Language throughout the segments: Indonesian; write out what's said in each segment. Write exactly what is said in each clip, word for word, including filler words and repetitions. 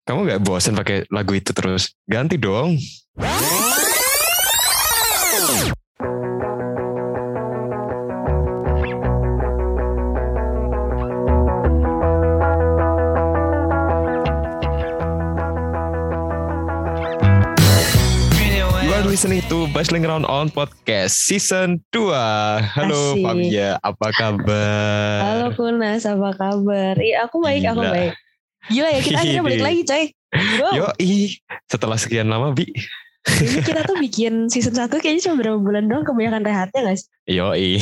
Kamu gak bosan pakai lagu itu terus? Ganti dong. You are listening to Bustling Around on Podcast Season dua. Halo Asik. Fabia, apa kabar? Halo Kunas, apa kabar? Iya, aku baik, aku Gila. baik. Gila ya, kita akhirnya balik lagi coy. Wow, Yo, ih, setelah sekian lama Bi. ini kita tuh bikin season satu kayaknya cuma berapa bulan doang, kebanyakan rehatnya gak sih? Yo, ih.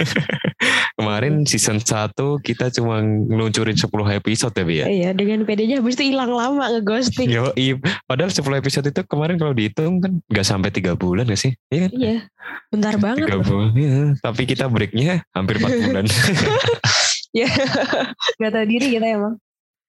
Kemarin season satu kita cuma ngeluncurin sepuluh episode ya Bi ya. Iya, dengan pedenya habis itu hilang lama ngeghosting. Yo, ih. Padahal sepuluh episode itu kemarin kalau dihitung kan gak sampai tiga bulan gak sih? Iya kan? Iya, bentar banget. tiga loh. bulan, ya. Tapi kita breaknya hampir empat bulan. Ya, gak tahu diri kita emang.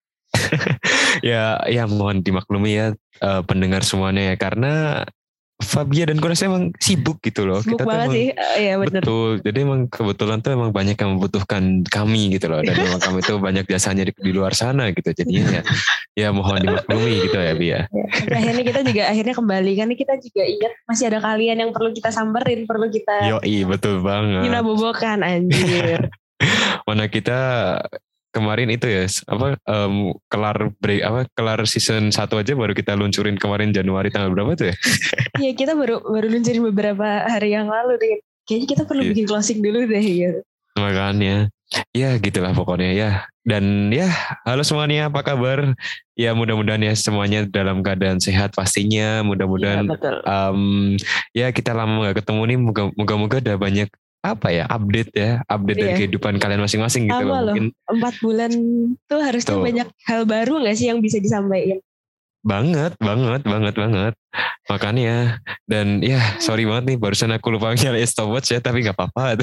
ya, ya mohon dimaklumi ya eh, pendengar semuanya ya, karena Fabia dan Kunas emang sibuk gitu loh. Sibuk Kita tuh banget emang, sih. Uh, Iya bener. betul. Jadi emang kebetulan tuh emang banyak yang membutuhkan kami gitu loh. Dan emang kami tuh banyak jasanya di, di luar sana gitu. Jadinya ya, ya mohon dimaklumi gitu ya Bi ya. Ya, tapi akhirnya kita juga akhirnya kembali. Karena kita juga ingat masih ada kalian yang perlu kita samperin. Perlu kita Yoi, betul banget. Gina bobokan anjir. Mana kita kemarin itu ya apa em, kelar break apa kelar season satu aja baru kita luncurin kemarin Januari tanggal berapa tuh ya? Iya, kita baru baru luncurin beberapa hari yang lalu deh. Kayaknya kita perlu Iya. bikin closing dulu deh gitu. Makanya ya gitulah pokoknya ya. Dan ya halo semuanya, apa kabar? Ya mudah-mudahan ya semuanya dalam keadaan sehat pastinya. Iya, Mudah-mudahan betul. em, ya kita lama gak ketemu nih, moga- moga-moga ada banyak apa ya update ya update dari Iya. kehidupan kalian masing-masing gitu Sama loh. loh. Mungkin Empat bulan tuh harusnya Tuh. banyak hal baru gak sih yang bisa disampaikan? banget banget banget banget makanya. Dan ya sorry banget nih barusan aku lupa nyalain stopwatch ya, tapi nggak apa-apa.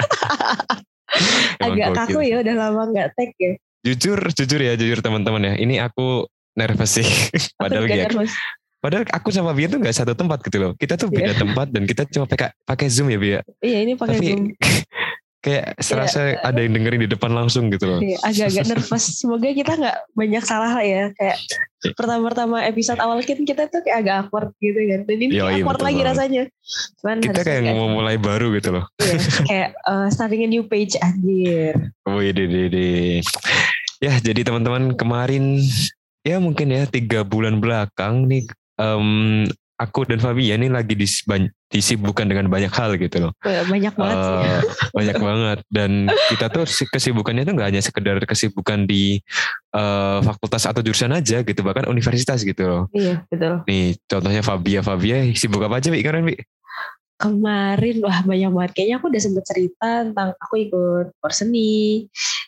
Emang Agak gokil. kaku ya, udah lama gak tag ya. Jujur, jujur ya, jujur teman-teman ya. Ini aku nervous sih. Aku Padahal juga ya, nervous. padahal aku sama Bia tuh nggak satu tempat gitu loh. Kita tuh beda Iya. tempat dan kita cuma pakai pakai Zoom ya Bia. Iya, ini pakai Tapi Zoom. kayak serasa ada yang dengerin di depan langsung gitu loh. Iya, agak-agak nervous. Semoga kita gak banyak salah lah ya. Kayak pertama-pertama episode awal kan kita tuh kayak agak awkward gitu kan. Dan ini Yoi, awkward betul lagi banget. rasanya. Cuman Kita harusnya kayak nggak- mau mulai baru gitu loh. Iya, kayak uh, starting a new page anjir. Wih, deh, deh, deh. Ya, jadi teman-teman kemarin ya mungkin ya tiga bulan belakang nih em, aku dan Fabi ya ini lagi dis, ban- disibukkan dengan banyak hal gitu loh. Banyak banget sih. Eh, banyak banget. Dan kita tuh si- kesibukannya tuh nggak hanya sekedar kesibukan di eh, fakultas atau jurusan aja gitu, bahkan universitas gitu loh. Iya, betul. Nih contohnya Fabia, Fabia sibuk apa aja Bi kemarin Bi? Kemarin wah banyak banget. Kayaknya aku udah sempet cerita tentang aku ikut porseni,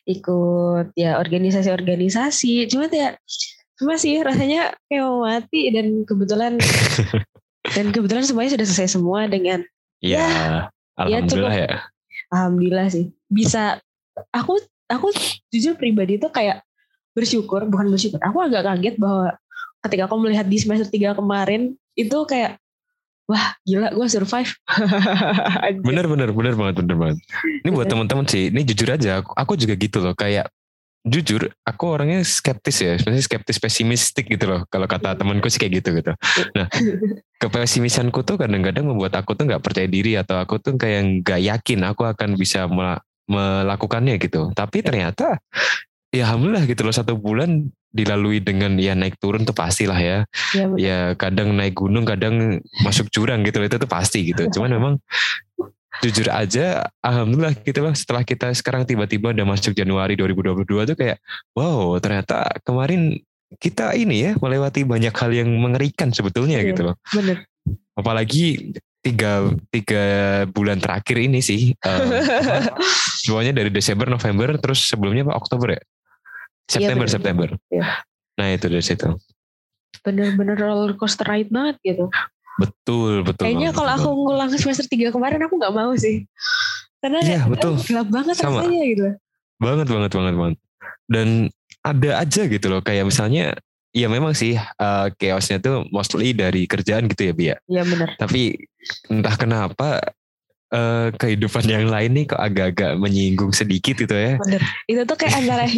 ikut ya organisasi-organisasi. Cuma ya cuma sih rasanya kayak mau mati dan kebetulan dan kebetulan semuanya sudah selesai semua dengan Ya, alhamdulillah cukup. ya. alhamdulillah sih. Bisa aku aku jujur pribadi tuh kayak bersyukur, bukan bersyukur. Aku agak kaget bahwa ketika aku melihat di semester tiga kemarin itu kayak wah gila gue survive. Anjir. Bener bener bener banget bener banget. Ini buat Bener. teman-teman sih. Ini jujur aja, aku, aku juga gitu loh. Kayak jujur, aku orangnya skeptis ya. Sebenarnya skeptis pesimistik gitu loh. Kalau kata temanku sih kayak gitu gitu. Nah, kepesimisanku tuh kadang-kadang membuat aku tuh nggak percaya diri atau aku tuh kayak nggak yakin aku akan bisa mela- melakukannya gitu. Tapi ternyata ya alhamdulillah gitu loh, satu bulan dilalui dengan ya naik turun tuh pastilah ya. Ya, bener. Ya kadang naik gunung, kadang masuk jurang gitu, itu tuh pasti gitu. Cuman memang jujur aja alhamdulillah gitu loh, setelah kita sekarang tiba-tiba udah masuk Januari dua ribu dua puluh dua tuh kayak wow ternyata kemarin kita ini ya melewati banyak hal yang mengerikan sebetulnya Iya. gitu loh. Bener. Apalagi tiga, tiga bulan terakhir ini sih um, apa, semuanya dari Desember, November, terus sebelumnya apa Oktober ya? September, bener. September. Iya. Nah itu dari situ. Bener-bener roller coaster ride banget gitu. Betul, betul. Kayaknya banget, kalau betul aku banget. ngulang semester tiga kemarin aku gak mau sih. Karena Iya, betul. gelap banget Sama. rasanya gitu. Banget, banget, banget, banget. Dan ada aja gitu loh, kayak misalnya, ya memang sih uh, chaosnya tuh mostly dari kerjaan gitu ya Bia. Iya bener. Tapi entah kenapa uh, kehidupan yang lain nih kok agak-agak menyinggung sedikit gitu ya. Bener. Itu tuh kayak antara hidup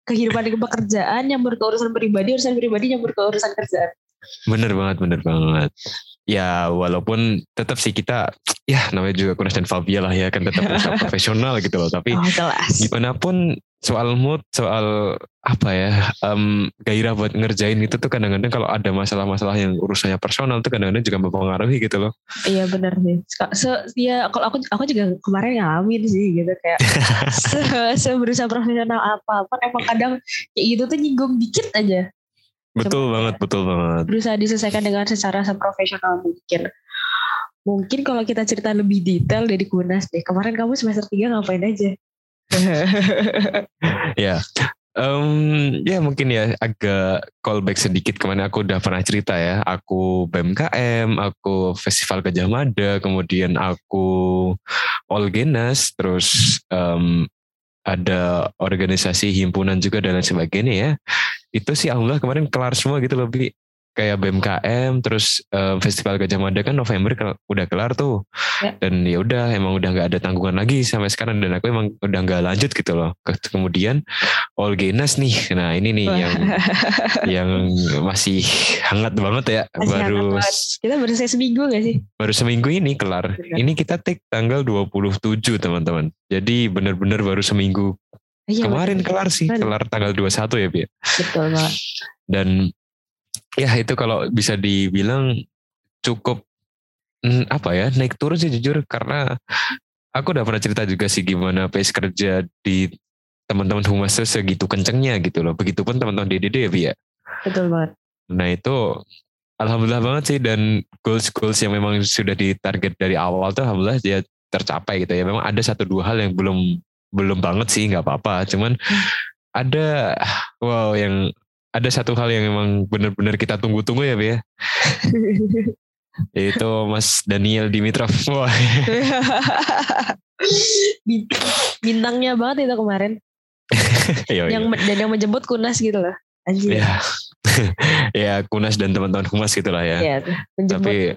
kehidupan pekerjaan, nyambur ke urusan pribadi, urusan pribadi nyambur ke urusan kerjaan. Bener banget, bener banget. Ya walaupun tetap sih kita, ya namanya juga Kunas dan Fabia lah ya, kan tetap berusaha profesional gitu loh. Tapi Oh, jelas. gimana pun soal mood, soal apa ya, um, gairah buat ngerjain itu tuh kadang-kadang kalau ada masalah-masalah yang urusannya personal tuh kadang-kadang juga mempengaruhi gitu loh. Iya benar sih. So, ya kalau aku aku juga kemarin ngalamin sih gitu kayak se, se berusaha profesional apa-apa emang kadang kayak gitu tuh nyinggung dikit aja. Betul Cuma banget, betul banget. Berusaha diselesaikan dengan secara seprofesional mungkin. Mungkin kalau kita cerita lebih detail dari Kunas deh. Kemarin kamu semester tiga ngapain aja? Ya, um, ya mungkin ya agak callback sedikit kemana aku udah pernah cerita ya. Aku B M K M, aku Festival Gajah Mada, kemudian aku Olgenas, terus um, ada organisasi himpunan juga dan lain sebagainya ya. Itu sih alhamdulillah kemarin kelar semua gitu loh Bi. Kayak B M K M, terus uh, Festival Gajah Mada kan November kel- udah kelar tuh. Ya. Dan ya udah emang udah nggak ada tanggungan lagi sampai sekarang, dan aku emang udah nggak lanjut gitu loh. Kemudian Olgenas nih, nah ini nih Wah. yang yang masih hangat banget ya. Masih baru banget. Kita baru selesai seminggu gak sih? Baru seminggu ini kelar. Benar. Ini kita take tanggal dua puluh tujuh teman-teman. Jadi benar-benar baru seminggu. Ya, kemarin betul. kelar sih, betul. Kelar tanggal dua puluh satu ya Bi. Betul banget. Dan ya itu kalau bisa dibilang cukup hmm, apa ya, naik turun sih jujur, karena aku udah pernah cerita juga sih gimana pace kerja di teman-teman humas tuh segitu kencengnya gitu loh. Begitupun teman-teman D D D ya Bi ya. Betul banget. Nah itu alhamdulillah banget sih, dan goals-goals yang memang sudah ditarget dari awal tuh alhamdulillah dia tercapai gitu ya. Memang ada satu dua hal yang belum belum banget sih, nggak apa-apa. Cuman hmm. ada wow yang ada satu hal yang memang benar-benar kita tunggu-tunggu ya Bi ya. Itu Mas Daniel Dimitrov. Wah. Bintangnya banget itu kemarin. yang dan yang menjemput Kunas gitu loh. Anjir. Ya. Ya Kunas dan teman-teman humas gitu lah ya. Iya, tapi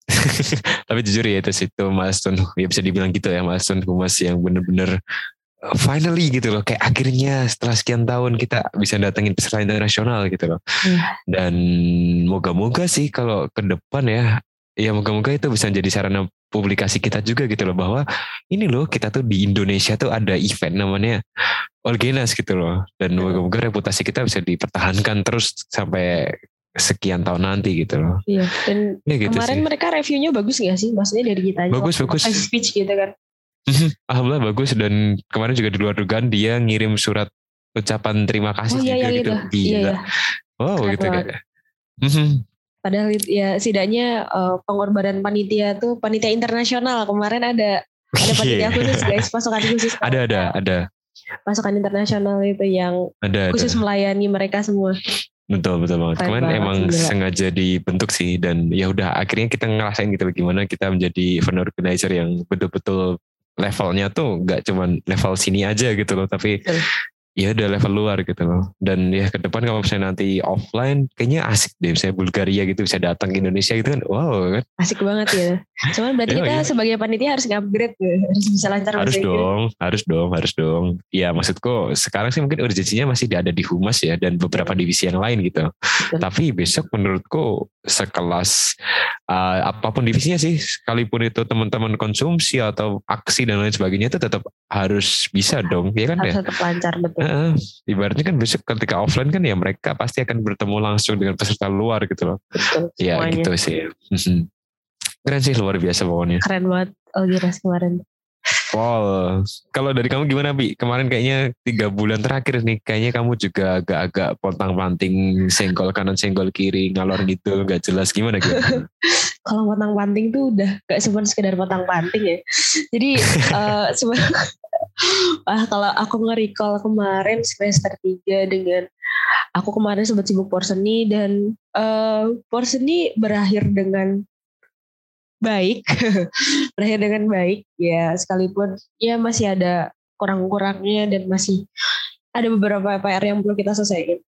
tapi jujur ya itu situ milestone, ya bisa dibilang gitu ya, milestone humas yang benar-benar finally gitu loh, kayak akhirnya setelah sekian tahun kita bisa datengin peserta internasional gitu loh. Hmm. Dan moga-moga sih kalau ke depan ya, ya moga-moga itu bisa jadi sarana publikasi kita juga gitu loh, bahwa ini loh kita tuh di Indonesia tuh ada event namanya Olgenas gitu loh. Dan moga-moga reputasi kita bisa dipertahankan terus sampai sekian tahun nanti gitu loh. Iya. Dan ya gitu kemarin sih. Mereka reviewnya bagus gak sih? Maksudnya dari kita aja. Bagus, bagus. Speech gitu kan. Alhamdulillah bagus, dan kemarin juga di luar dugaan dia ngirim surat ucapan terima kasih oh, iya, juga iya, gitu. Iya, iya. Wow keren gitu banget. Kayak. Padahal ya setidaknya uh, pengorbanan panitia tuh panitia internasional kemarin ada ada panitia khusus guys, pasukan khusus. Ada ada ada. Pasukan internasional itu yang ada, khusus ada. Melayani mereka semua. Betul betul banget. Kemarin emang sih, sengaja dibentuk sih, dan ya udah akhirnya kita ngerasain gitu gimana kita menjadi event organizer yang betul-betul levelnya tuh gak cuman level sini aja gitu loh, tapi betul. Ya udah level luar gitu loh. Dan ya ke depan kalau misalnya nanti offline kayaknya asik deh, misalnya Bulgaria gitu bisa datang ke Indonesia gitu kan, wow kan. Asik banget ya. Cuman berarti kita ya. Sebagai panitia harus nge-upgrade ya. Harus bisa lancar. Harus dong, gitu. harus dong, harus dong. Ya maksudku sekarang sih mungkin urgensinya masih ada di humas ya, dan beberapa divisi yang lain gitu. Betul. Tapi besok menurutku sekelas uh, apapun divisinya sih, sekalipun itu teman-teman konsumsi atau aksi dan lain sebagainya itu tetap harus bisa dong, ya kan. Harus ya? Tetap lancar, betul. Uh, ibaratnya kan besok ketika offline kan ya mereka pasti akan bertemu langsung dengan peserta luar gitu loh. Betul, ya semuanya. Gitu sih. Keren sih, luar biasa pokoknya. Keren banget Olgenas kemarin. Wow, kalau dari kamu gimana Bi? Kemarin kayaknya tiga bulan terakhir nih, kayaknya kamu juga agak-agak pontang-panting, senggol kanan senggol kiri, ngalor gitu, gak jelas gimana gitu. Kalau pontang-panting tuh udah gak cuma sekedar pontang-panting ya. Jadi uh, sebenarnya ah kalau aku nge-recall kemarin semester tiga dengan aku kemarin sempat sibuk porseni, dan uh, porseni berakhir dengan baik berakhir dengan baik ya, sekalipun ya masih ada kurang-kurangnya dan masih ada beberapa P R yang perlu kita selesaikan.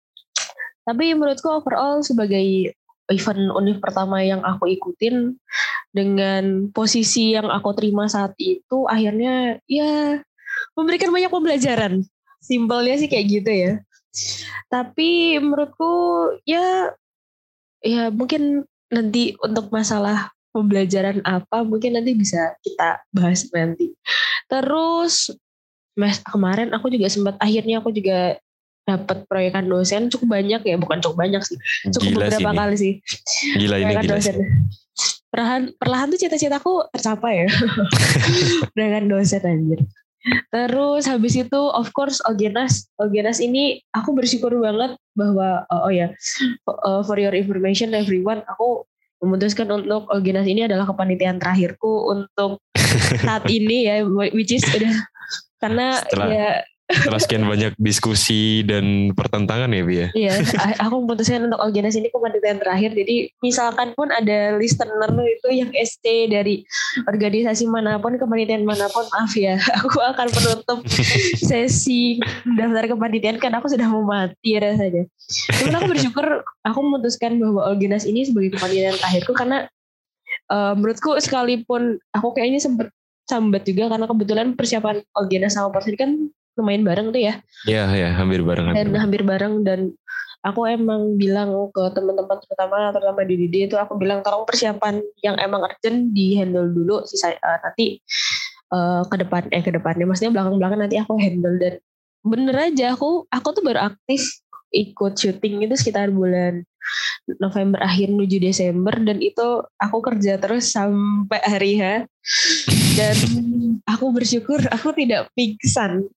Tapi menurutku overall sebagai event univ pertama yang aku ikutin, dengan posisi yang aku terima saat itu, akhirnya ya memberikan banyak pembelajaran Simpelnya sih kayak gitu ya. Tapi menurutku ya ya mungkin nanti untuk masalah pembelajaran apa mungkin nanti bisa kita bahas nanti. Terus Mas kemarin aku juga sempat akhirnya aku juga dapat proyekan dosen cukup banyak ya, bukan cukup banyak sih, cukup Gila beberapa sih kali sih. Gila ini Proyekan gila dosen. sih. Perlahan, perlahan tuh cita-citaku tercapai ya. Proyekan dosen anjir. Terus habis itu of course Olgenas. Olgenas ini aku bersyukur banget bahwa oh, oh ya uh, for your information everyone, aku memutuskan untuk Olgenas ini adalah kepanitiaan terakhirku untuk saat ini ya, which is udah karena Setelah, ya setelah sekian banyak diskusi dan pertentangan ya Bi ya. Iya, aku memutuskan untuk Olgenas ini kepanitiaan terakhir. Jadi misalkan pun ada listener itu yang S C dari organisasi manapun, kepanitiaan manapun, maaf ya, aku akan menutup sesi daftar kepanitiaan karena aku sudah mau mati rasanya. Cuman aku bersyukur aku memutuskan bahwa Olgenas ini sebagai kepanitiaan terakhirku karena uh, menurutku sekalipun aku kayaknya sempat sambat juga karena kebetulan persiapan Olgenas sama Porsen kan lumayan bareng tuh ya. Iya, ya, hampir bareng. Dan hampir bareng dan aku emang bilang ke teman-teman terutama terutama di Didi itu aku bilang tolong persiapan yang emang urgent di handle dulu sisa uh, nanti uh, ke depan eh ke depannya maksudnya belakang-belakang nanti aku handle. Dan bener aja aku aku tuh baru aktif ikut syuting itu sekitar bulan November akhir menuju Desember dan itu aku kerja terus sampai hari H dan aku bersyukur aku tidak pingsan.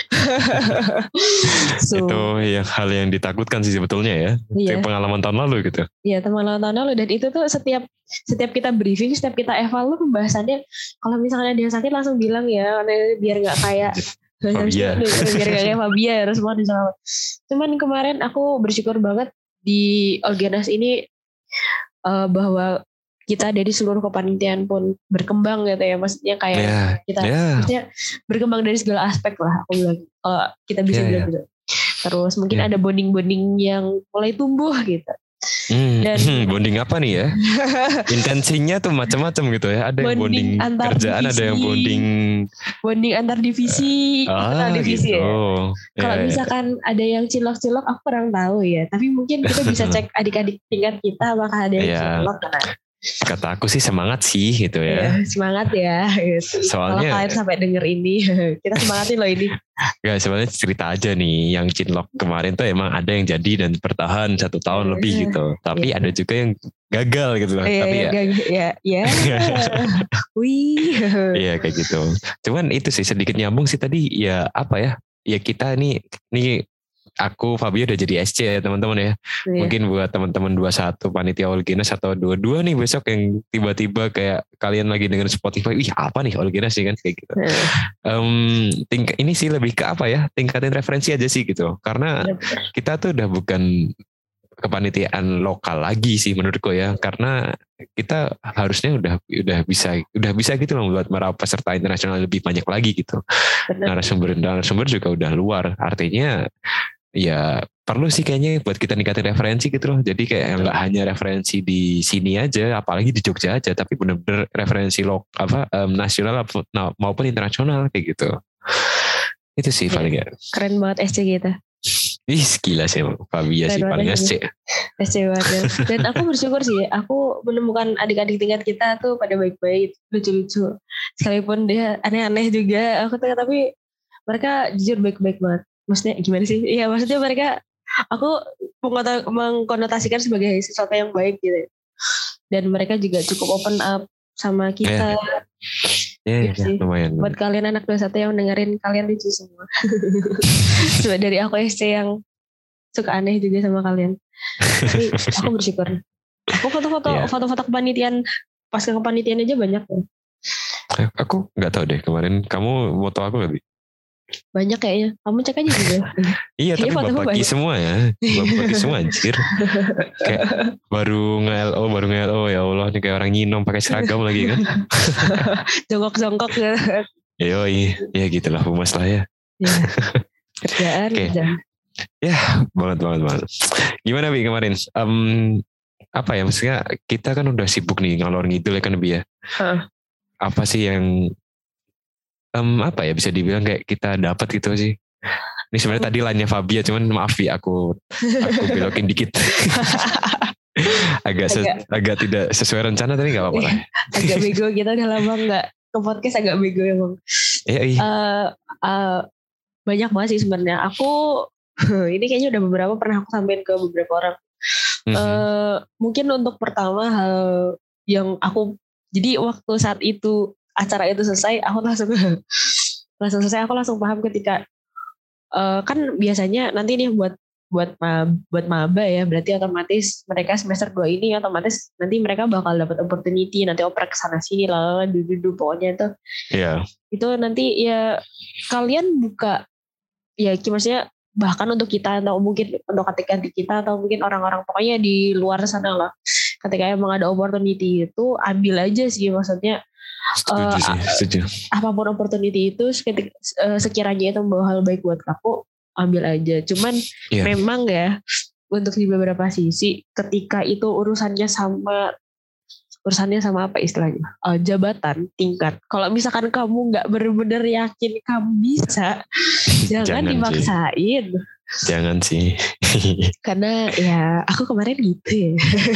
So, itu yang hal yang ditakutkan sih sebetulnya ya. Iya. Kayak pengalaman tahun lalu gitu. Iya, pengalaman tahun lalu dan itu tuh setiap setiap kita briefing, setiap kita evalu pembahasannya kalau misalnya dia sakit langsung bilang ya biar nggak kayak Fabia. biar nggak kayak Fabia harus semua diselamat. Cuman kemarin aku bersyukur banget di Olgenas ini uh, bahwa kita dari seluruh kepanitiaan pun berkembang gitu ya, maksudnya kayak yeah, kita yeah. maksudnya berkembang dari segala aspek lah aku bilang kalau kita bisa yeah, bilang yeah. gitu. Terus mungkin yeah. ada bonding-bonding yang mulai tumbuh gitu. Hmm, Dan bonding apa nih ya? Intensinya tuh macam-macam gitu ya. Ada yang bonding antar kerjaan, divisi, ada yang bonding bonding antar divisi, uh, ah, antar divisi gitu. ya. Kalau ya, misalkan ya. ada yang cilok-cilok, aku kurang tahu ya. Tapi mungkin kita bisa cek adik-adik tingkat kita apakah ada yang ya. cilok karena kata aku sih semangat sih gitu ya. ya semangat ya. Gitu. Soalnya kalau kalian sampai denger ini, kita semangatin loh ini. Gak, sebenarnya cerita aja nih, yang cinlok kemarin tuh emang ada yang jadi dan bertahan satu tahun lebih gitu. Tapi yeah. ada juga yang gagal gitu loh. Yeah, Tapi ya, ya, ya, wih. Iya kayak gitu. Cuman itu sih sedikit nyambung sih tadi ya apa ya? Ya kita nih, nih aku Fabio udah jadi S C ya teman-teman ya. Yeah. Mungkin buat teman-teman dua puluh satu panitia Olgenas atau dua puluh dua nih besok yang tiba-tiba kayak kalian lagi denger Spotify, ih apa nih Olgenas sih kan kayak gitu. Yeah. Um, ting- ini sih lebih ke apa ya? Tingkatin referensi aja sih gitu. Karena yeah. kita tuh udah bukan kepanitiaan lokal lagi sih menurutku ya. Karena kita harusnya udah udah bisa udah bisa gitu loh buat meraup peserta internasional lebih banyak lagi gitu. Narasumber narasumber juga udah luar. Artinya ya perlu sih kayaknya buat kita ningkatin referensi gitu loh. Jadi kayak nggak hanya referensi di sini aja, apalagi di Jogja aja, tapi benar-benar referensi lokal apa um, nasional maupun internasional kayak gitu. Itu sih paling ya. Keren banget S C kita. Ih gila sih Fabia sih paling S C. S C banget. Dan aku bersyukur sih, aku menemukan adik-adik tingkat kita tuh pada baik-baik, lucu-lucu. Sekalipun dia aneh-aneh juga, aku tuh tapi mereka jujur baik-baik banget. Maksudnya gimana sih? Iya maksudnya mereka, aku mengkonotasikan sebagai sesuatu yang baik gitu. Dan mereka juga cukup open up sama kita. Iya, yeah. yeah, yeah, lumayan. Buat kalian anak dua puluh satu yang dengerin, kalian lucu semua. Coba dari aku S C yang suka aneh juga sama kalian. Tapi aku bersyukur. Aku foto-foto yeah. foto-foto kepanitiaan, pas ke kepanitiaan aja banyak loh. Aku gak tahu deh kemarin, kamu foto aku lebih? Banyak kayaknya. Kamu cek aja juga. Iya tapi bapak ki semua ya. Bapak ki semua anjir. Kayak baru nge-L O, baru nge-L O ya Allah. Ini kayak orang nyinom pakai seragam lagi kan. Jongkok-jongkok. Yoi. Ya gitulah humas lah ya. ya. Kerjaan. Okay. Ya banget banget banget. Gimana Bi kemarin? Um, apa ya maksudnya kita kan udah sibuk nih ngalor ngidul ya kan Bi ya. Huh. Apa sih yang Um, apa ya bisa dibilang kayak kita dapat gitu sih Ini sebenarnya tadi lainnya Fabia, cuman maaf ya aku aku belokin dikit. agak, se, agak agak tidak sesuai rencana tapi nggak apa-apa lah. Agak bego kita udah lama nggak ke podcast, agak bego emang. Iya, iya. Uh, uh, banyak banget sih sebenarnya. Aku ini kayaknya udah beberapa pernah aku sampaikan ke beberapa orang. Mm-hmm. Uh, mungkin untuk pertama hal yang aku, jadi waktu saat itu acara itu selesai, aku langsung langsung selesai aku langsung paham ketika uh, kan biasanya nanti nih buat buat buat maba ya, berarti otomatis mereka semester dua ini otomatis nanti mereka bakal dapat opportunity, nanti oprek kesana sini lalala duduk pokoknya itu. Iya. Yeah. Itu nanti ya kalian buka ya maksudnya bahkan untuk kita atau mungkin untuk adik-adik kita atau mungkin orang-orang pokoknya di luar sana lah, ketika emang ada opportunity itu ambil aja sih, maksudnya setuju uh, sih, setuju. Apapun opportunity itu ketika, uh, sekiranya itu membawa hal baik buat kamu, ambil aja. Cuman yeah. memang ya untuk di beberapa sisi ketika itu urusannya sama urusannya sama apa istilahnya uh, jabatan tingkat, kalau misalkan kamu nggak benar-benar yakin kamu bisa jangan, jangan dimaksain sih. Jangan sih. Karena ya aku kemarin gitu ya.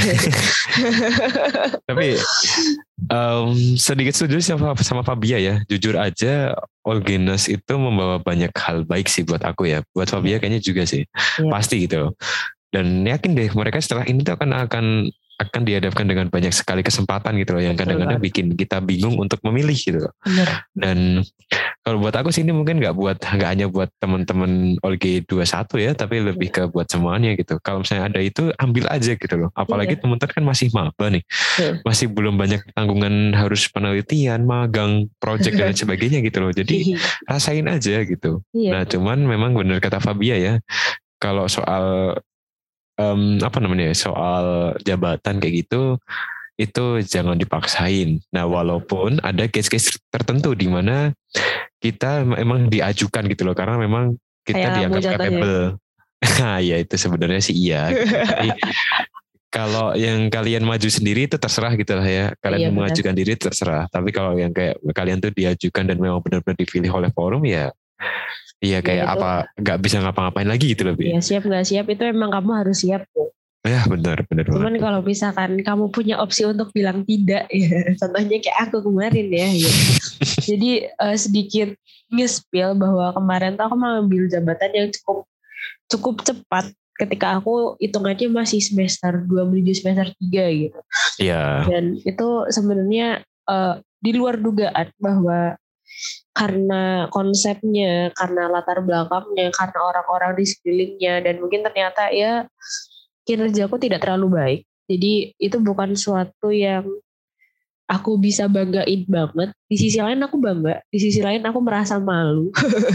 Tapi um, sedikit setuju sama, sama Fabia ya. Jujur aja Olgenas itu membawa banyak hal baik sih buat aku ya. Buat Fabia kayaknya juga sih. Ya. Pasti gitu. Dan yakin deh mereka setelah ini tuh akan akan akan dihadapkan dengan banyak sekali kesempatan gitu loh, yang kadang-kadang bikin kita bingung untuk memilih gitu loh. Benar. Dan kalau buat aku sih ini mungkin nggak buat nggak hanya buat teman-teman O L G dua puluh satu ya, tapi lebih ke buat semuanya gitu. Kalau misalnya ada itu ambil aja gitu loh. Apalagi iya. teman-teman kan masih maba nih, iya. masih belum banyak tanggungan harus penelitian, magang, project dan sebagainya gitu loh. Jadi rasain aja gitu. Iya. Nah cuman memang benar kata Fabia ya, kalau soal Um, apa namanya soal jabatan kayak gitu itu jangan dipaksain. Nah walaupun ada case-case tertentu di mana kita emang diajukan gitu loh, karena memang kita kayak dianggap capable. Nah ya itu sebenarnya sih iya. Tapi kalau yang kalian maju sendiri itu terserah gitu lah ya. Kalian iya, mengajukan benar. Diri terserah. Tapi kalau yang kayak kalian tuh diajukan dan memang benar-benar dipilih oleh forum ya. Iya kayak ya, apa nggak bisa ngapa-ngapain lagi gitu loh. Iya siap nggak siap itu emang kamu harus siap tuh. Ya benar benar. Cuman kalau misalkan kamu punya opsi untuk bilang tidak ya, contohnya kayak aku kemarin ya. ya. Jadi uh, sedikit nge-spill bahwa kemarin tuh aku mengambil jabatan yang cukup cukup cepat ketika aku hitungannya masih semester dua menuju semester tiga gitu. Iya. Dan itu sebenarnya uh, di luar dugaan bahwa karena konsepnya, karena latar belakangnya, karena orang-orang di sekelilingnya, dan mungkin ternyata ya kinerjaku tidak terlalu baik. Jadi itu bukan suatu yang aku bisa banggain banget. Di sisi lain aku bangga, di sisi lain aku merasa malu.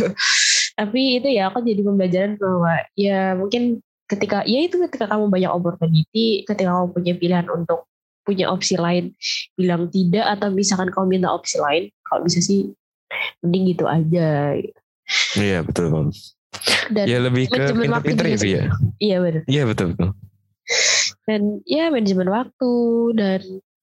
Tapi itu ya aku jadi pembelajaran bahwa ya mungkin ketika, ya itu ketika kamu banyak opportunity, ketika kamu punya pilihan untuk punya opsi lain, bilang tidak, atau misalkan kamu minta opsi lain, kalau bisa sih mending gitu aja. Iya betul Bang. Dan ya lebih ke pinter-pinter ya ya. Iya benar. Iya betul betul. Dan ya manajemen waktu dan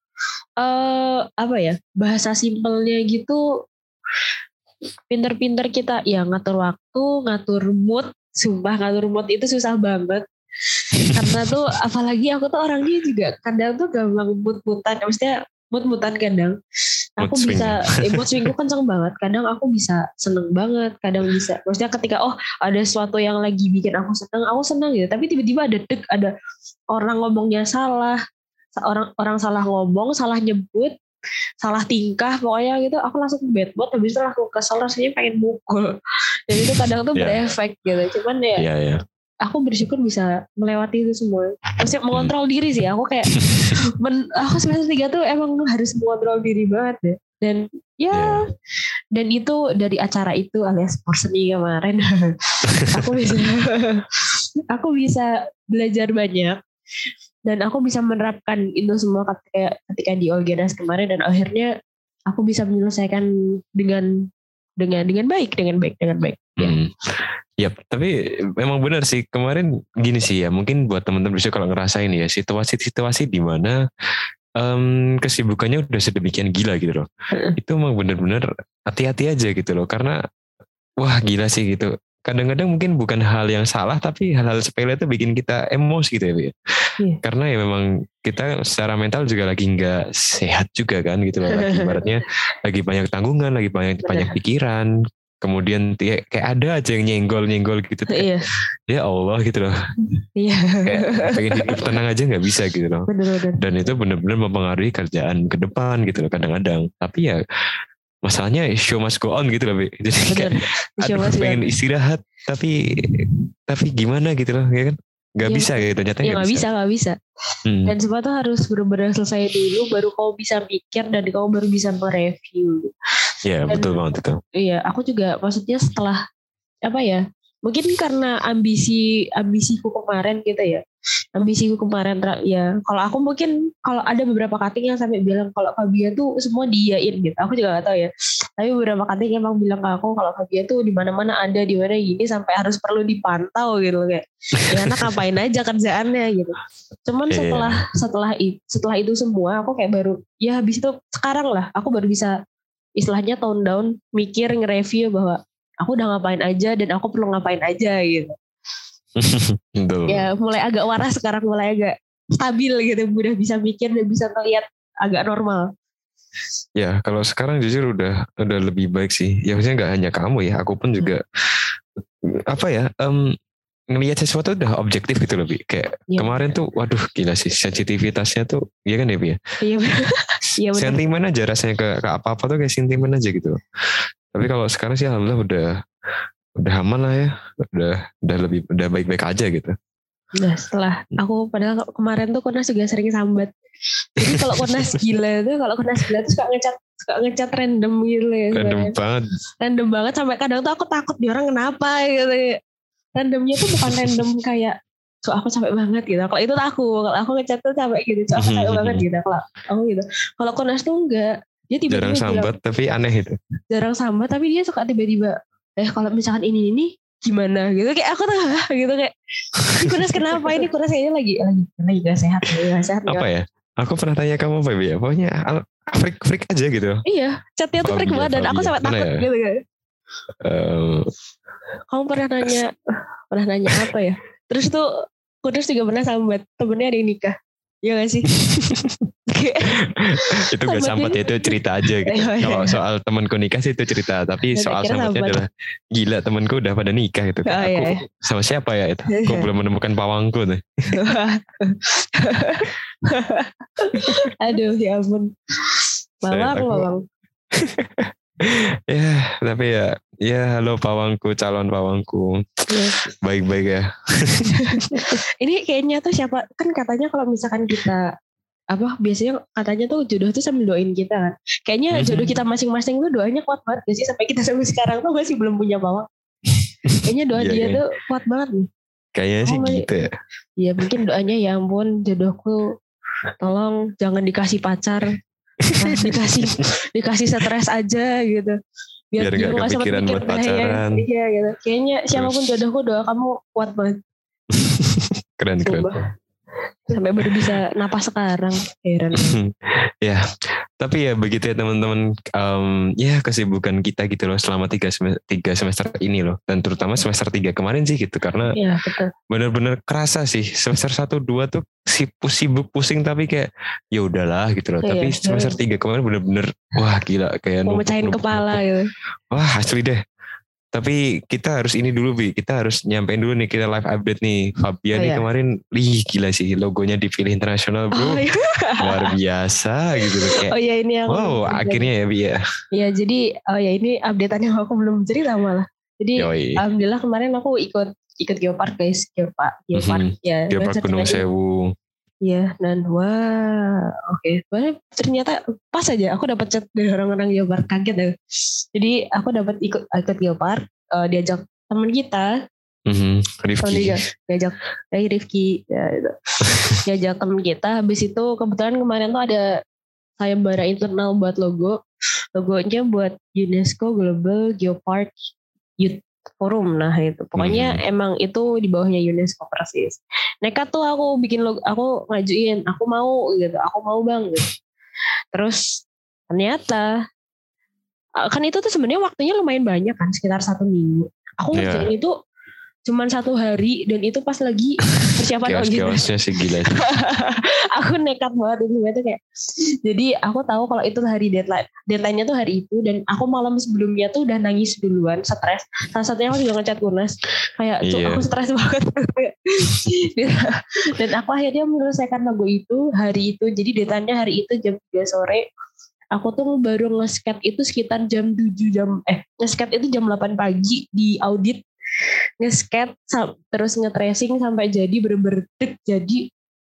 uh, apa ya bahasa simpelnya gitu, pinter-pinter kita ya ngatur waktu, ngatur mood. Sumpah ngatur mood itu susah banget. Karena tuh apalagi aku tuh orangnya juga kadang tuh gampang mood-moodan, maksudnya mood-moodan kadang. Aku mood bisa, eh, mood swingku kenceng banget. Kadang aku bisa seneng banget, kadang bisa. Maksudnya ketika oh ada sesuatu yang lagi bikin aku seneng, aku seneng gitu. Tapi tiba-tiba ada deg, ada orang ngomongnya salah, orang orang salah ngomong, salah nyebut, salah tingkah, pokoknya gitu. Aku langsung bad mood, habis itu langsung kesel, rasanya pengen mukul. Dan itu kadang tuh yeah. berefek gitu. Cuman ya. Yeah, yeah. Aku bersyukur bisa melewati itu semua. Maksudnya mengontrol diri sih. Aku kayak, men, aku semester tiga tuh emang harus mengontrol diri banget deh. Dan ya, yeah. dan itu dari acara itu alias Porseni kemarin, aku bisa, aku bisa belajar banyak. Dan aku bisa menerapkan itu semua ketika, ketika di Olgenas kemarin. Dan akhirnya aku bisa menyelesaikan dengan dengan dengan baik, dengan baik, dengan baik. Hmm. Ya, tapi memang benar sih kemarin gini sih ya, mungkin buat teman-teman bisa kalau ngerasain ya situasi-situasi di mana um, kesibukannya udah sedemikian gila gitu loh. Hmm. Itu memang benar-benar hati-hati aja gitu loh, karena wah gila sih gitu. kadang-kadang mungkin bukan hal yang salah, tapi hal-hal sepele itu bikin kita emosi gitu ya, Bi. Iya. Karena ya memang kita secara mental juga lagi nggak sehat juga kan gitu loh. Lagi ibaratnya lagi banyak tanggungan, lagi banyak Benar. banyak pikiran. Kemudian kayak, kayak ada aja yang nyenggol-nyenggol gitu. Kayak, Iya. ya Allah gitu loh. Iya. Kayak pengen hidup tenang aja nggak bisa gitu loh. Benar-benar. Dan itu benar-benar mempengaruhi kerjaan ke depan gitu loh kadang-kadang. Tapi ya masalahnya show must go on gitu loh, Bi. Jadi kayak aduh, pengen istirahat tapi tapi gimana gitu loh, ya kan? Gak ya, bisa gitu, nyatanya ya gak bisa. Gak bisa, hmm. Dan semua tuh harus benar-benar selesai dulu, baru kamu bisa mikir dan kamu baru bisa mereview. Iya, betul banget itu. Iya, aku juga maksudnya setelah apa ya? Mungkin karena ambisi ambisiku kemarin gitu ya. Ambisiku kemarin ya. Kalau aku mungkin kalau ada beberapa cutting yang sampai bilang kalau Fabia tuh semua diain gitu. Aku juga gak tahu ya. Tapi beberapa cutting emang bilang ke aku kalau Fabia tuh di mana-mana ada, di mana gini sampai harus perlu dipantau gitu kayak. Ya anak ngapain aja kerjaannya gitu. Cuman setelah setelah itu setelah itu semua aku kayak baru ya habis itu sekarang lah aku baru bisa istilahnya tone down, mikir, nge-review bahwa aku udah ngapain aja dan aku perlu ngapain aja gitu. Ya mulai agak waras sekarang, mulai agak stabil gitu, udah bisa mikir dan bisa ngeliat agak normal. Ya kalau sekarang jujur udah udah lebih baik sih. Ya maksudnya nggak hanya kamu ya, aku pun juga hmm. apa ya um, ngelihat sesuatu udah objektif gitu lebih kayak ya, kemarin bener. Tuh waduh gila sih sensitivitasnya tuh ya kan ya Bi ya. Iya benar. Iya benar. Sentimen aja rasanya ke, ke apa-apa tuh kayak sentimen aja gitu. Tapi kalau sekarang sih alhamdulillah udah udah aman lah ya, udah udah lebih udah baik-baik aja gitu. Nah setelah aku padahal kemarin tuh Kurnas juga sering sambat. Jadi kalau Kurnas gila tuh kalau Kurnas gila tuh suka ngecat suka ngecat random gitu ya. Random sebenernya. banget. Random banget sampai kadang tuh aku takut dia orang kenapa gitu. Randomnya tuh bukan random kayak so aku capek banget gitu. Kalau itu tuh aku, kalau aku ngecat tuh capek gitu. So aku capek banget gitu. Kalau aku gitu. Kalau Kurnas tuh enggak. Dia tiba-tiba jarang sambat bilang, tapi aneh itu. Jarang sambat tapi dia suka tiba-tiba eh kalau misalkan ini ini gimana gitu kayak aku tuh gitu kayak Kurnas kenapa ini Kurnas kayaknya lagi lagi lagi gak sehat gak sehat apa ya aku pernah tanya kamu apa ya pokoknya freak freak aja gitu. Iya chatnya tuh freak banget dan aku sampai takut ya? Gitu kan uh, kamu pernah nanya pernah nanya apa ya terus tuh Kurnas juga pernah sambat temennya ada yang nikah ya gak sih itu gak sambat ya itu cerita aja gitu. Kalau soal temanku nikah sih itu cerita tapi dan soal sambatnya sambat. Adalah gila temanku udah pada nikah gitu. Oh, aku iya. Sama siapa ya itu aku belum menemukan pawangku tuh. Aduh ya ampun pawang pawang ya tapi ya ya halo pawangku calon pawangku baik-baik ya. Ini kayaknya tuh siapa kan katanya kalau misalkan kita apa biasanya katanya tuh jodoh tuh sambil doain kita kan kayaknya mm-hmm. jodoh kita masing-masing tuh doanya kuat banget gak sih sampai kita sampai sekarang tuh masih belum punya pawang kayaknya doa yeah, dia yeah. tuh kuat banget nih kayaknya oh, sih gitu ya ya mungkin doanya ya ampun jodohku tolong jangan dikasih pacar nah, dikasih dikasih stres aja gitu biar, biar gak kepikiran buat pacaran ya, iya gitu kayaknya siapapun jodohku doa kamu kuat banget keren keren Sumpah. Sampai baru bisa napas sekarang heran. Ya tapi ya begitu ya teman-teman um, ya kesibukan kita gitu loh selama tiga semester, tiga semester ini loh dan terutama semester tiga kemarin sih gitu karena ya, betul. Benar-benar kerasa sih semester satu dua tuh sibuk pusing tapi kayak ya udahlah gitu loh ya, tapi ya, semester ya. tiga kemarin benar-benar wah gila kayak mau mecahin kepala gitu. Wah asli deh. Tapi kita harus ini dulu Bi, kita harus nyampein dulu nih kita live update nih. Fabia oh, nih iya. Kemarin, ih gila sih logonya dipilih internasional bro, oh, iya. Luar biasa gitu loh kayak. Oh ya ini aku. Wow akhirnya ya Bi ya. Ya jadi oh ya ini updatean yang aku belum cerita malah. Jadi Yoi. Alhamdulillah kemarin aku ikut ikut Geopark guys, Geopark, Geopark mm-hmm. ya. Geopark Gunung Sewu. Iya dan wah oke okay. Ternyata pas aja aku dapat chat dari orang-orang Geopark kaget ya. Jadi aku dapat ikut ikut Geopark uh, diajak teman kita mm-hmm. Rifki diajak dari Rifki ya itu. Diajak teman kita habis itu kebetulan kemarin tuh ada sayembara internal buat logo logonya buat UNESCO Global Geopark Youth Forum nah itu pokoknya hmm. emang itu di bawahnya UNESCO persis. Nekat tuh aku bikin logo, aku ngajuin, aku mau gitu, aku mau bang gitu. Terus ternyata kan itu tuh sebenarnya waktunya lumayan banyak kan sekitar satu minggu. Aku Iya. ngerjain itu cuman satu hari dan itu pas lagi persiapan audit. Chaos-chaosnya sih gila. Aku nekat banget itu itu kayak. Jadi aku tahu kalau itu hari deadline. Deadline-nya tuh hari itu dan aku malam sebelumnya tuh udah nangis duluan, stres. Salah satunya aku juga ngechat Kurnas. Kayak "Cuk, Iya. aku stres banget." Dan aku akhirnya menyelesaikan lagu itu hari itu. Jadi deadline-nya hari itu jam tiga sore. Aku tuh baru nge-scat itu sekitar jam tujuh jam eh nge-scat itu jam delapan pagi di audit. Nge-scat terus nge-tracing sampai jadi bener-bener jadi.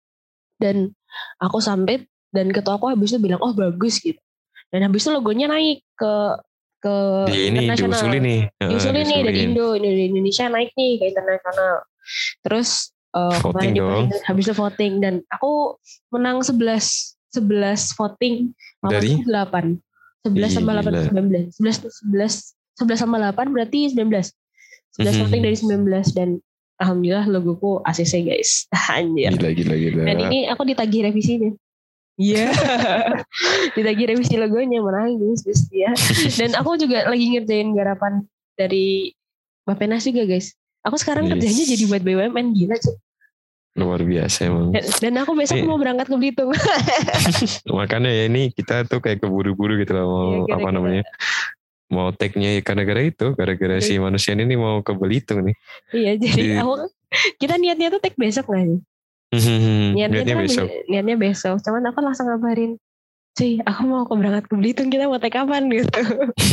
Dan aku sampai dan ketua aku habis itu bilang oh bagus gitu. Dan habis itu logonya naik ke ke Di ini internasional. diusulin nih. Diusulin nih dari Indo, di Indonesia naik nih ke internasional. Terus uh, Voting dong. Habis itu voting dan aku menang sebelas sebelas voting. Dari delapan. sebelas sama delapan sembilan belas. sebelas sebelas sebelas sama delapan berarti sembilan belas. sebelas Mhm. voting dari sembilan belas dan alhamdulillah logoku A C C guys. Anjir. Gila gila gila. Dan ini aku ditagih revisinya. Iya. Yeah. Ditagih revisi logonya menangis pasti ya. Dan aku juga lagi ngerjain garapan dari Bapenas juga guys. Aku sekarang yes. kerjanya jadi buat B U M N gila cuy. Luar biasa emang. Dan, dan aku besok ini, mau berangkat ke Belitung. Makanya ya ini kita tuh kayak keburu-buru gitu loh mau ya, apa namanya. Mau tag-nya gara-gara itu, gara-gara si manusia ini mau ke Belitung nih. Iya, jadi di, aku kita niatnya tuh tag besok nggak sih? niatnya, niatnya besok. Niatnya besok. Cuman aku langsung ngabarin, cuy, aku mau ke berangkat ke Belitung, kita mau tag kapan gitu.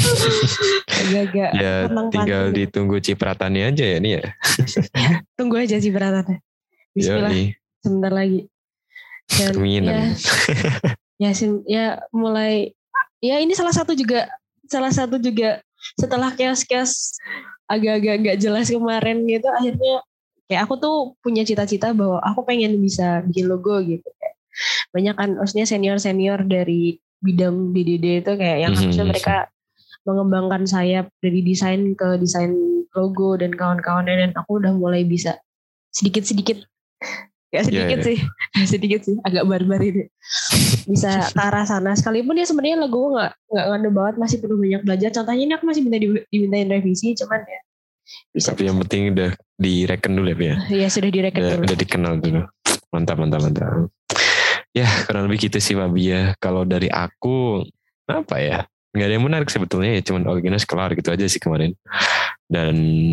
Agak-agak. Ya tinggal ditunggu cipratannya aja ya nih ya. Tunggu aja cipratannya. Bismillah. Yoi. Sebentar lagi. Dan ya, ya, ya mulai. Ya ini salah satu juga. Salah satu juga setelah chaos-chaos agak-agak gak jelas kemarin gitu akhirnya kayak aku tuh punya cita-cita bahwa aku pengen bisa bikin logo gitu kayak banyak kan maksudnya senior-senior dari bidang B D D itu kayak yang harusnya mm-hmm. mereka mengembangkan sayap dari desain ke desain logo dan kawan-kawannya dan aku udah mulai bisa sedikit-sedikit gak sedikit yeah, yeah. sih sedikit sih agak barbar ini bisa ke arah sana sekalipun ya sebenarnya logo nggak nggak ngandung banget masih perlu banyak belajar contohnya ini aku masih minta dimintain revisi cuman ya bisa tapi bisa. Yang penting udah direken dulu ya iya sudah direken udah, dulu udah dikenal dulu mantap mantap mantap ya kurang lebih gitu sih Fabi ya kalau dari aku apa ya nggak ada yang menarik sebetulnya ya cuman Organos kelar gitu aja sih kemarin dan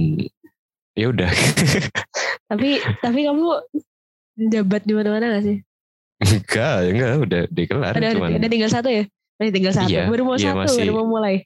ya udah tapi tapi kamu jabat di mana-mana gak sih? Enggak, enggak udah dikelar. Udah, cuman... udah tinggal satu ya? Udah tinggal satu. Iya, baru mau iya, satu, masih... baru mau mulai.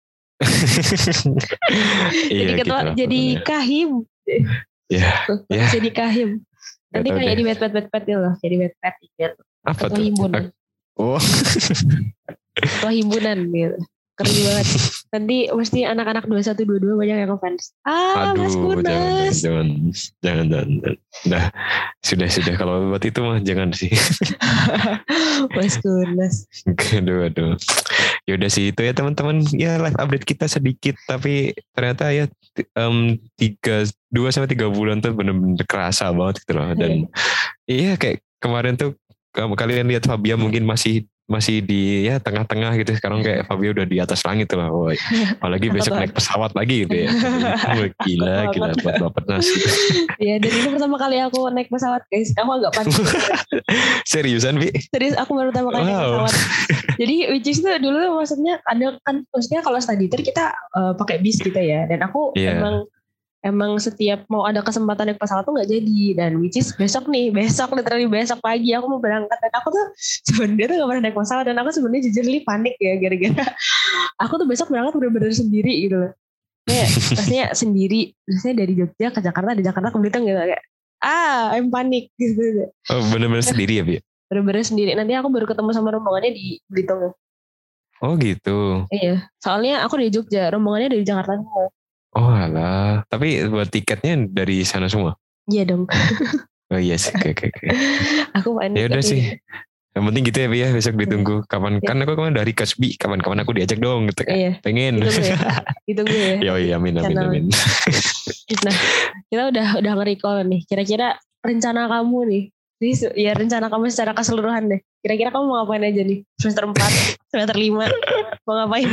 jadi iya, ketua, gitu jadi pokoknya. Kahim. Ya. Yeah. Jadi kahim. Nanti kayak jadi wet-wet-wet gitu loh. Jadi wet-wet gitu. Apa ketua tuh? Himpunan. Oh. Ketua himpunan gitu. Keren banget. Nanti mesti anak-anak dua satu dua dua banyak yang ngefans. Ah, aduh, Mas Kurnas. Jangan, jangan, jangan, jangan. Dah, sudah, sudah. Kalau buat itu mah jangan sih. Mas Kurnas. Aduh, aduh. Yaudah sih itu ya teman-teman. Ya live update kita sedikit. Tapi ternyata ya um, tiga, dua sampai tiga bulan tuh bener-bener kerasa banget gitu loh. Dan iya kayak kemarin tuh kalian lihat Fabia mungkin masih masih di ya tengah-tengah gitu sekarang kayak Fabio udah di atas langit tuh lah woy. Apalagi besok naik pesawat lagi gitu ya gila gila buat Bapenas gitu. Ya dan ini pertama kali aku naik pesawat guys aku agak panik seriusan Bi? Serius aku baru pertama kali wow. naik pesawat jadi which is tuh dulu maksudnya ada kan maksudnya kalau study tour kita uh, pakai bis gitu ya dan aku yeah. emang Emang setiap mau ada kesempatan naik pesawat tuh gak jadi. Dan which is besok nih. Besok literally besok pagi aku mau berangkat. Dan aku tuh sebenarnya tuh gak pernah naik pesawat. Dan aku sebenarnya jujur li panik ya. Gara-gara aku tuh besok berangkat bener-bener sendiri gitu loh. Kayak maksudnya sendiri. Maksudnya dari Jogja ke Jakarta. Dari Jakarta ke Belitung gitu. Kayak ah I'm panik gitu. Oh bener-bener sendiri ya Bi? Bener-bener sendiri. Nanti aku baru ketemu sama rombongannya di Belitung. Oh gitu. Iya. Soalnya aku dari Jogja. Rombongannya dari Jakarta semua. Oh alah, tapi buat tiketnya dari sana semua? Iya dong. Oh iya sih, oke oke. Aku panik. Ya udah sih, yang penting gitu ya Bi ya, besok ditunggu. Kapan? Ya. Kan aku kemarin dari Kasbi, kapan-kapan aku diajak dong gitu kan. Iya. Pengen. Ditunggu ya. Ditunggu ya. Yo iya amin amin amin. Nah, kita udah udah nge-recall nih. Kira-kira rencana kamu nih, ya rencana kamu secara keseluruhan deh. Kira-kira kamu mau ngapain aja nih? Semester empat, semester lima, mau ngapain deh?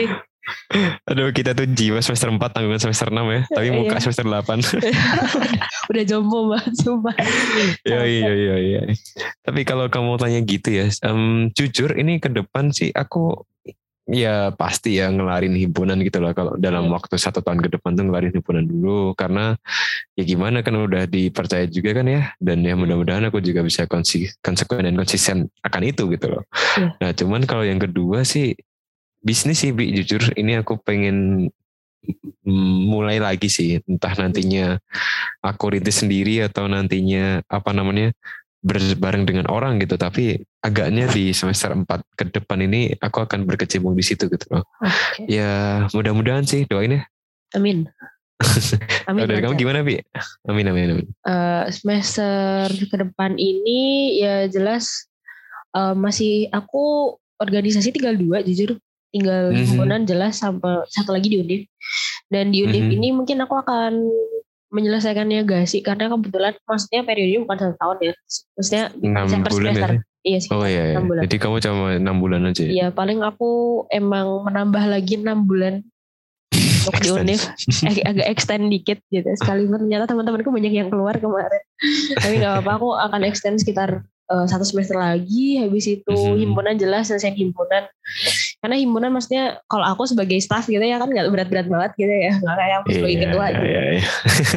Aduh, kita tuh jiwa semester empat tanggungan semester enam ya. Tapi muka Iya. semester delapan. Udah jompo banget sumpah. Iya, iya, iya, iya. Tapi kalau kamu tanya gitu ya, em, jujur ini ke depan sih aku ya pasti ya ngelarin himpunan gitu lah. Kalau dalam Iya. waktu satu tahun ke depan tuh ngelarin himpunan dulu. Karena ya gimana kan udah dipercaya juga kan ya. Dan ya mudah-mudahan aku juga bisa konsi- konsekuen dan konsisten akan itu gitu loh. Iya. Nah cuman kalau yang kedua sih bisnis sih Bi, jujur ini aku pengen mm, mulai lagi sih. Entah nantinya aku rintis sendiri atau nantinya apa namanya berbareng dengan orang gitu. Tapi agaknya di semester empat ke depan ini aku akan berkecimpung di situ gitu loh. Oke. Ya mudah-mudahan sih, doain ya. Amin. Amin. Kalau dari kamu lancar. gimana Bi? Amin amin amin. Eh, semester ke depan ini ya jelas eh, masih aku organisasi tinggal dua jujur, tinggal Mhm. himpunan jelas sampai satu lagi di Undip. Dan di Undip Mhm. ini mungkin aku akan menyelesaikannya gak sih, karena kebetulan maksudnya periodenya bukan satu tahun ya, maksudnya Enam bisa per bulan ya semester. sih? Iya sih. Oh iya, iya. enam bulan. Jadi kamu cuma enam bulan aja ya? Iya paling aku emang menambah lagi enam bulan untuk di Extend. Univ, ag- agak extend dikit gitu. Sekalipun ternyata teman-temanku banyak yang keluar kemarin. Tapi nggak apa-apa, aku akan extend sekitar uh, satu semester lagi. Habis itu Mhm. himpunan jelas selesai himpunan. Karena himpunan maksudnya kalau aku sebagai staff gitu ya kan nggak berat-berat banget gitu ya, nggak kayak aku sebagai Iya, ketua iya, gitu. iya, iya.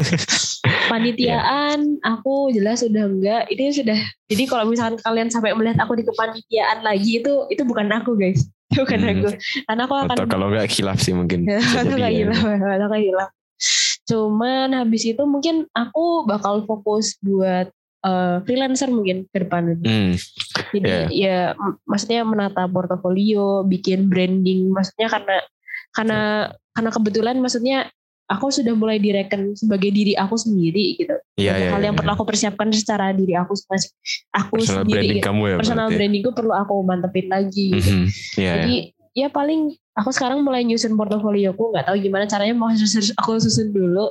Panitiaan aku jelas sudah enggak. Itu sudah. Jadi kalau misalkan kalian sampai melihat aku di kepanitiaan lagi itu itu bukan aku guys. Itu bukan Hmm. aku. Karena aku akan Atau kalau nggak khilaf sih mungkin. Bisa atau jadi kayak ya. hilang, atau kayak hilang. Cuman habis itu mungkin aku bakal fokus buat uh, freelancer mungkin ke depan. Hmm. Jadi Yeah. ya m- maksudnya menata portofolio, bikin branding, maksudnya karena karena karena kebetulan maksudnya aku sudah mulai direken sebagai diri aku sendiri gitu. Iya, Banyak iya, hal iya, yang iya. perlu aku persiapkan secara diri aku masing aku Personal sendiri. branding Gitu. kamu ya Personal berarti. brandingku perlu aku mantepin lagi. Gitu. Mhm. Iya, Jadi iya. ya paling aku sekarang mulai nyusun portofolioku, nggak tahu gimana caranya, mau susun, aku susun dulu.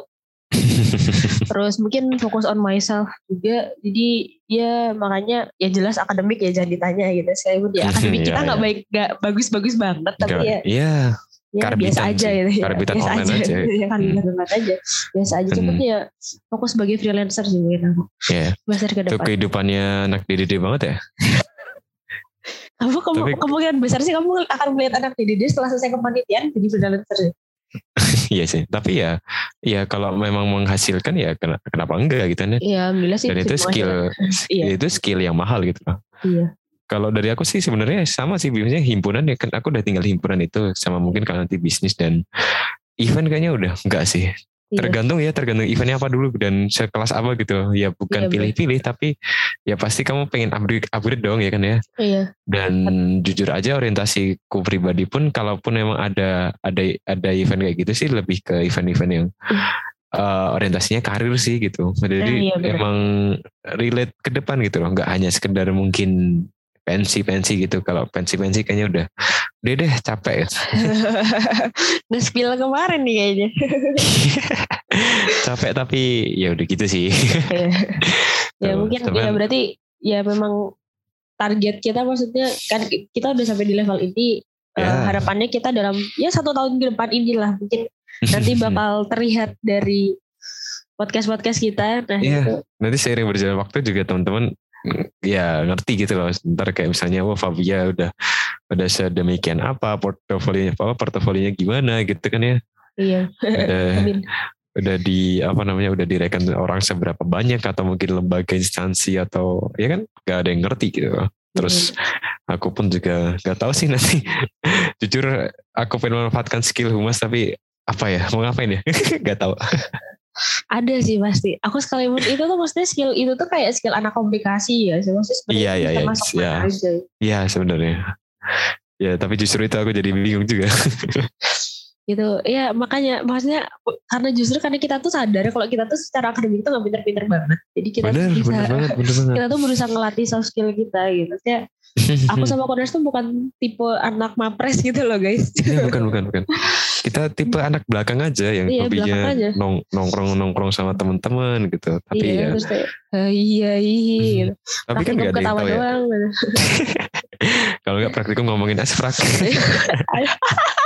Terus mungkin fokus on myself juga. Jadi ya makanya ya jelas akademik ya jangan ditanya gitu. Sekalipun ya akademik Iya, kita nggak iya. baik, nggak bagus-bagus banget, tapi Nggak, ya Iya. ya Karbitan biasa aja sih. gitu ya. Karbitan Biasa online aja. aja. Ya kan Hmm. online aja. Biasa aja. Cuman Hmm. ya fokus sebagai freelancer sih mungkin aku. Iya. Semester ke Itu depan. kehidupannya anak didik banget ya. Kamu kamu Tapi- kemungkinan besar sih kamu akan melihat anak didik dia setelah selesai kepanitiaan jadi freelancer. Iya sih. Tapi ya, ya kalau memang menghasilkan ya ken- kenapa enggak gitu kan ya. Iya, alhamdulillah sih. Dan itu semua skill, Iya. itu skill yang mahal gitu loh. Iya. Kalau dari aku sih sebenarnya sama sih, biasanya himpunan ya kan aku udah tinggal himpunan itu sama mungkin kalau nanti bisnis dan event kayaknya udah enggak sih. Iya. Tergantung ya, tergantung eventnya apa dulu dan sekelas apa gitu. Ya bukan Iya, pilih-pilih tapi ya pasti kamu pengen upgrade, upgrade dong ya kan ya. Iya. Dan jujur aja orientasiku pribadi pun kalaupun memang ada ada ada event kayak gitu sih lebih ke event-event yang uh, orientasinya karir sih gitu. Jadi Nah, iya, benar. emang relate ke depan gitu loh, nggak hanya sekedar mungkin pensi-pensi gitu. Kalau pensi-pensi kayaknya udah udah deh capek. Udah spill kemarin nih kayaknya. Capek tapi ya udah gitu sih. Ya Tuh, mungkin cuman- ya berarti ya memang target kita maksudnya kan kita udah sampai di level ini. Ya. eh, harapannya kita dalam ya satu tahun ke depan inilah mungkin nanti bakal terlihat dari podcast-podcast kita. Nah Iya. itu Nanti seiring berjalan waktu juga teman-teman mm, ya ngerti gitu loh. Ntar kayak misalnya wah Fabia udah udah sedemikian apa, portofolionya apa, portofolionya gimana gitu kan ya. iya. Udah, Amin. udah di apa namanya udah direken orang seberapa banyak atau mungkin lembaga instansi atau ya kan gak ada yang ngerti gitu loh. Terus aku pun juga gak tahu sih nanti. Jujur aku pengen memanfaatkan skill humas tapi apa ya mau ngapain ya gak tahu. Ada sih pasti. Aku sekalipun itu tuh maksudnya skill itu tuh kayak skill anak komunikasi ya. Maksudnya sebenarnya Iya, iya, bisa iya. masuk Iya. mana aja. Iya sebenarnya. Ya tapi justru itu aku jadi bingung juga. Gitu. Ya makanya maksudnya karena justru karena kita tuh sadar kalau kita tuh secara akademik tuh gak pinter-pinter banget. Jadi kita bener, tuh bisa bener banget, bener banget. kita tuh berusaha ngelatih soft skill kita gitu. Maksudnya aku sama Kodas tuh bukan tipe anak mapres gitu loh guys. Iya, bukan, bukan, bukan. Kita tipe anak belakang aja yang Iya, belakang hobinya aja. nong, nongkrong nongkrong sama teman-teman gitu. Tapi Iya, ya, terus kayak "Ah, iya iya gitu. tapi kan Praktikum nggak ada yang ketawa tahu ya. doang gitu. Kalau nggak praktikum ngomongin asfrak.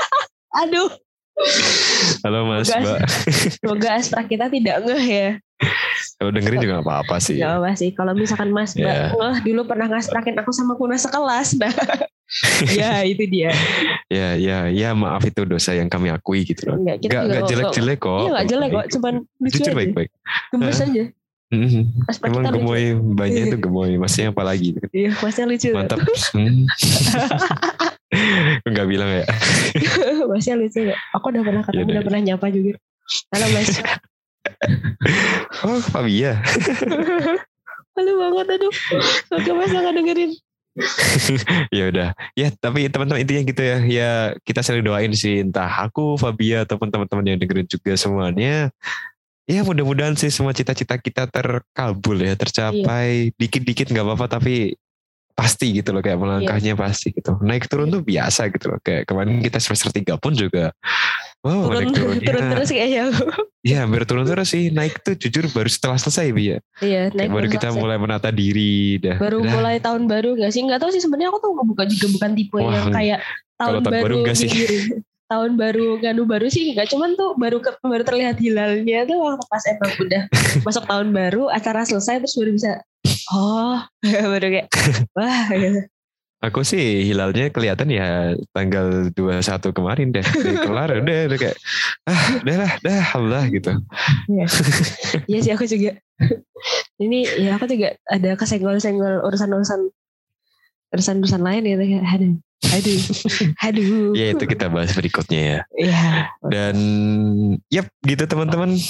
Aduh. Halo Mas, Semoga, Mbak. Semoga Astra kita tidak ngeh ya. Kalau dengerin juga gak apa-apa sih. Gak apa sih. Kalau misalkan Mas Mbak Ya. ngeh dulu pernah ngastrakin aku sama Kuna sekelas. Nah, ya itu dia. Ya, ya, ya maaf itu dosa yang kami akui gitu loh. Enggak, kita Gak, juga gak kok- jelek-jelek kok. Iya gak jelek kok. Cuman lucu Jujur aja. baik-baik. Gemes aja. Mhm. Aspek Emang kita lucu. gemoy banyak itu gemoy. Masnya apa lagi? Iya, Masnya lucu. Mantap. Hmm. Enggak bilang ya. Masnya lucu gak? Aku udah pernah ketemu, Yaudah. udah pernah nyapa juga. Halo Mas. Oh, Fabia. Halo banget, aduh. Semoga Mas gak dengerin. Ya udah. Ya, tapi teman-teman intinya gitu ya. Ya, kita sering doain sih entah aku, Fabia ataupun teman-teman yang dengerin juga semuanya. Ya, mudah-mudahan sih semua cita-cita kita terkabul ya, tercapai. Dikit-dikit nggak apa-apa tapi pasti gitu loh, kayak melangkahnya pasti gitu. Naik turun tuh biasa gitu loh. Kayak kemarin kita semester tiga pun juga wow, Turun, naik turunnya. turun terus kayaknya aku. Iya, hampir turun terus sih. Naik tuh jujur baru setelah selesai Bi ya. Iya, naik Kayak baru turun kita selesai. mulai menata diri dah. Baru Dah. mulai tahun baru gak sih? Gak tahu sih sebenarnya aku tuh bukan juga bukan tipe Wah, yang kayak kalau tahun, tahun baru baru enggak sih. nyinyirin. Tahun baru nganu baru sih enggak, cuman tuh baru ke, baru terlihat hilalnya tuh waktu pas emang udah masuk tahun baru, acara selesai terus baru bisa oh baru kayak wah gitu. Aku sih hilalnya kelihatan ya tanggal dua puluh satu kemarin deh. Udah kelar udah, udah kayak ah udah lah dah Allah gitu. Iya. Iya sih aku juga. Ini ya aku juga ada kesenggol-senggol urusan-urusan urusan-urusan lain ya kayak aduh. Aduh. Aduh. Ya itu kita bahas berikutnya ya. Iya. Dan yep gitu teman-teman.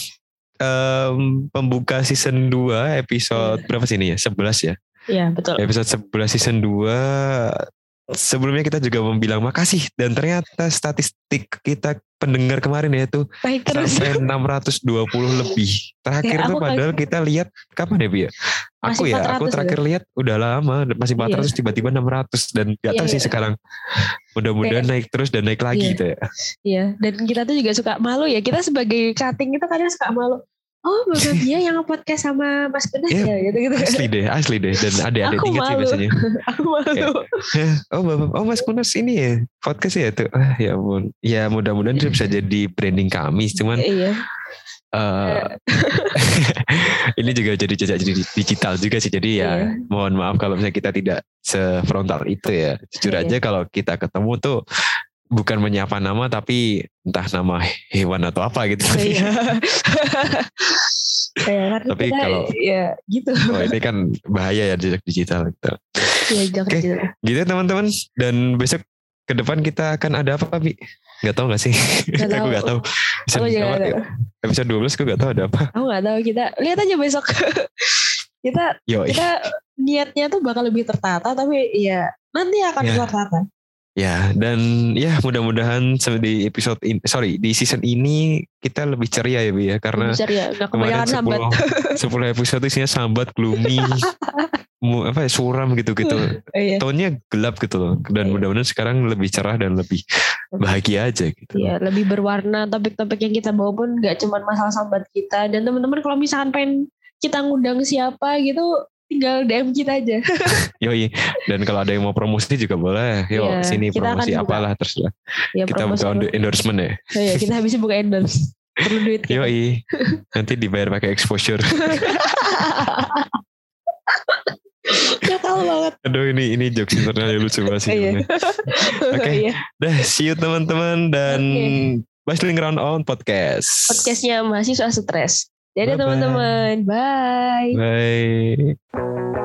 Em, pembuka season dua episode berapa sih ini ya? sebelas ya. Iya, betul. Episode sebelas season dua. Sebelumnya kita juga mau bilang makasih. Dan ternyata statistik kita pendengar kemarin ya itu Baik terus. sampai enam ratus dua puluh lebih. Terakhir Ya, tuh aku padahal kita lihat kapan ya Bi ya? Aku Masih ya, empat aku ratus terakhir lihat udah lama masih empat ratus Iya. tiba-tiba enam ratus dan gak Iya, tahu sih iya. sekarang. Mudah-mudahan naik terus dan naik lagi Iya. gitu ya. Iya, dan kita tuh juga suka malu ya. Kita sebagai cutting itu kadang suka malu. Oh, Bapak dia yang podcast sama Mas Benas Iya, ya, gitu-gitu. Asli deh, asli deh. Dan adik-adik Aku tingkat sih malu. biasanya. Aku malu. Hah, oh Bapak, oh Mas Kunas ini ya podcast ya tuh. Ah, ya ampun. Ya mudah-mudahan itu bisa jadi branding kami. Cuman Iya. eh, ini juga jadi jejak digital juga sih. Jadi ya Iya. mohon maaf kalau misalnya kita tidak sefrontal itu ya. Jujur Iya. aja kalau kita ketemu tuh bukan menyapa nama tapi entah nama hewan atau apa gitu. Iya. Kayak karena Tapi kita kalau ya gitu. oh, ini kan bahaya ya jejak digital gitu. Ya jangan Oke. gitu. Gitu teman-teman. Dan besok ke depan kita akan ada apa Bi? Gak tahu gak sih? Gak Aku tahu. gak tahu. Episode, Aku juga apa, gak tahu. episode dua belas aku gak tahu ada apa. Aku nggak tahu, kita lihat aja besok. kita Yoi. kita niatnya tuh bakal lebih tertata, tapi ya nanti akan Ya. tertata. Ya, dan ya mudah-mudahan di episode ini, sorry, di season ini kita lebih ceria ya Bi ya. Karena Besar ya, nggak kemarin kebanyakan sambat. sepuluh, sepuluh episode isinya sambat, gloomy, mu- apa ya, suram gitu-gitu. Iya. Tone-nya gelap gitu loh. Dan Iya. mudah-mudahan sekarang lebih cerah dan lebih bahagia aja gitu. Iya, lebih berwarna. Topik-topik yang kita bawa pun gak cuma masalah sambat kita. Dan teman-teman kalau misalkan pengen kita ngundang siapa gitu, tinggal D M kita aja. Yoi. Dan kalau ada yang mau promosi juga boleh. Yuk Iya, sini kita promosi akan buka. apalah terserah. Ya, Kita promosi buka apa. endorsement ya. Oh, iya, kita habis buka endorse. Perlu duit kita. Yoi. Nanti dibayar pakai exposure. Nakal banget. Aduh ini ini jokes internal yang lucu banget sih. Iya. Oke. Iya. Dah see you teman-teman dan Oke. Bustling Round On Podcast. Podcastnya mahasiswa stres. Dadah Bye-bye. teman-teman. Bye. Bye.